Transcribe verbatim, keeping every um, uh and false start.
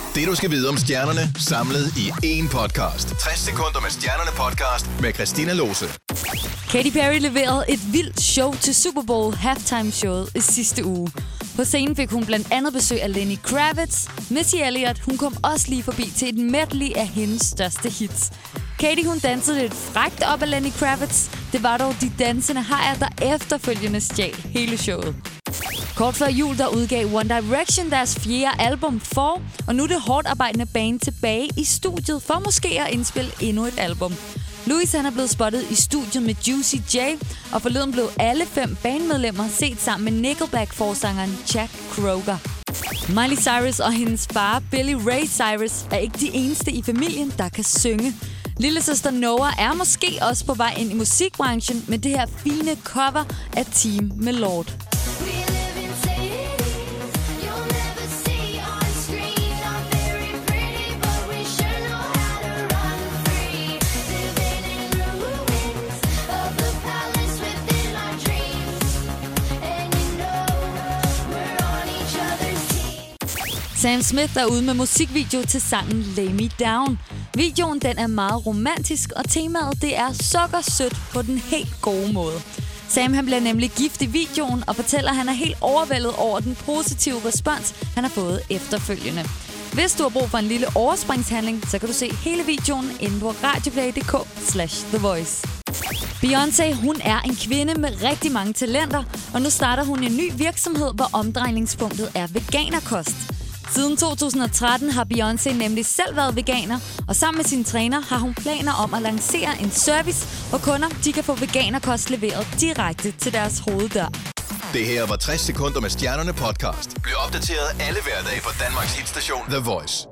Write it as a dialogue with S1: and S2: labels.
S1: Det du skal vide om stjernerne, samlet i én podcast. tres sekunder med Stjernerne podcast med Christina Lose.
S2: Katy Perry leverede et vildt show til Super Bowl halftime-showet i sidste uge. På scenen fik hun blandt andet besøg af Lenny Kravitz. Missy Elliott, hun kom også lige forbi til et medley af hendes største hits. Katy, hun dansede lidt frækt op af Lenny Kravitz. Det var dog de dansende hajer, der efterfølgende stjal hele showet. Kort før jul, der udgav One Direction deres fjerde album Four, og nu er det hårdt arbejdende band tilbage i studiet for måske at indspille endnu et album. Louis han er blevet spottet i studiet med Juicy J, og forleden blev alle fem bandmedlemmer set sammen med Nickelback-forsangeren Chad Kroeger. Miley Cyrus og hendes far Billy Ray Cyrus er ikke de eneste i familien, der kan synge. Lillesøster Noah er måske også på vej ind i musikbranchen med det her fine cover af Team med Lord. Sam Smith er ude med musikvideo til sangen Lay Me Down. Videoen den er meget romantisk, og temaet det er sukkersødt på den helt gode måde. Sam han bliver nemlig gift i videoen og fortæller, at han er helt overvældet over den positive respons, han har fået efterfølgende. Hvis du har brug for en lille overspringshandling, så kan du se hele videoen inde på radioplay punktum dk slash the voice. Beyoncé, hun er en kvinde med rigtig mange talenter, og nu starter hun en ny virksomhed, hvor omdrejningspunktet er veganerkost. Siden to tusind og tretten har Beyoncé nemlig selv været veganer, og sammen med sin træner har hun planer om at lancere en service, hvor kunder de kan få veganerkost leveret direkte til deres hoveddør.
S1: Det her var tres sekunder med Stjernerne podcast. Bliv opdateret alle hverdage på Danmarks hitstation The Voice.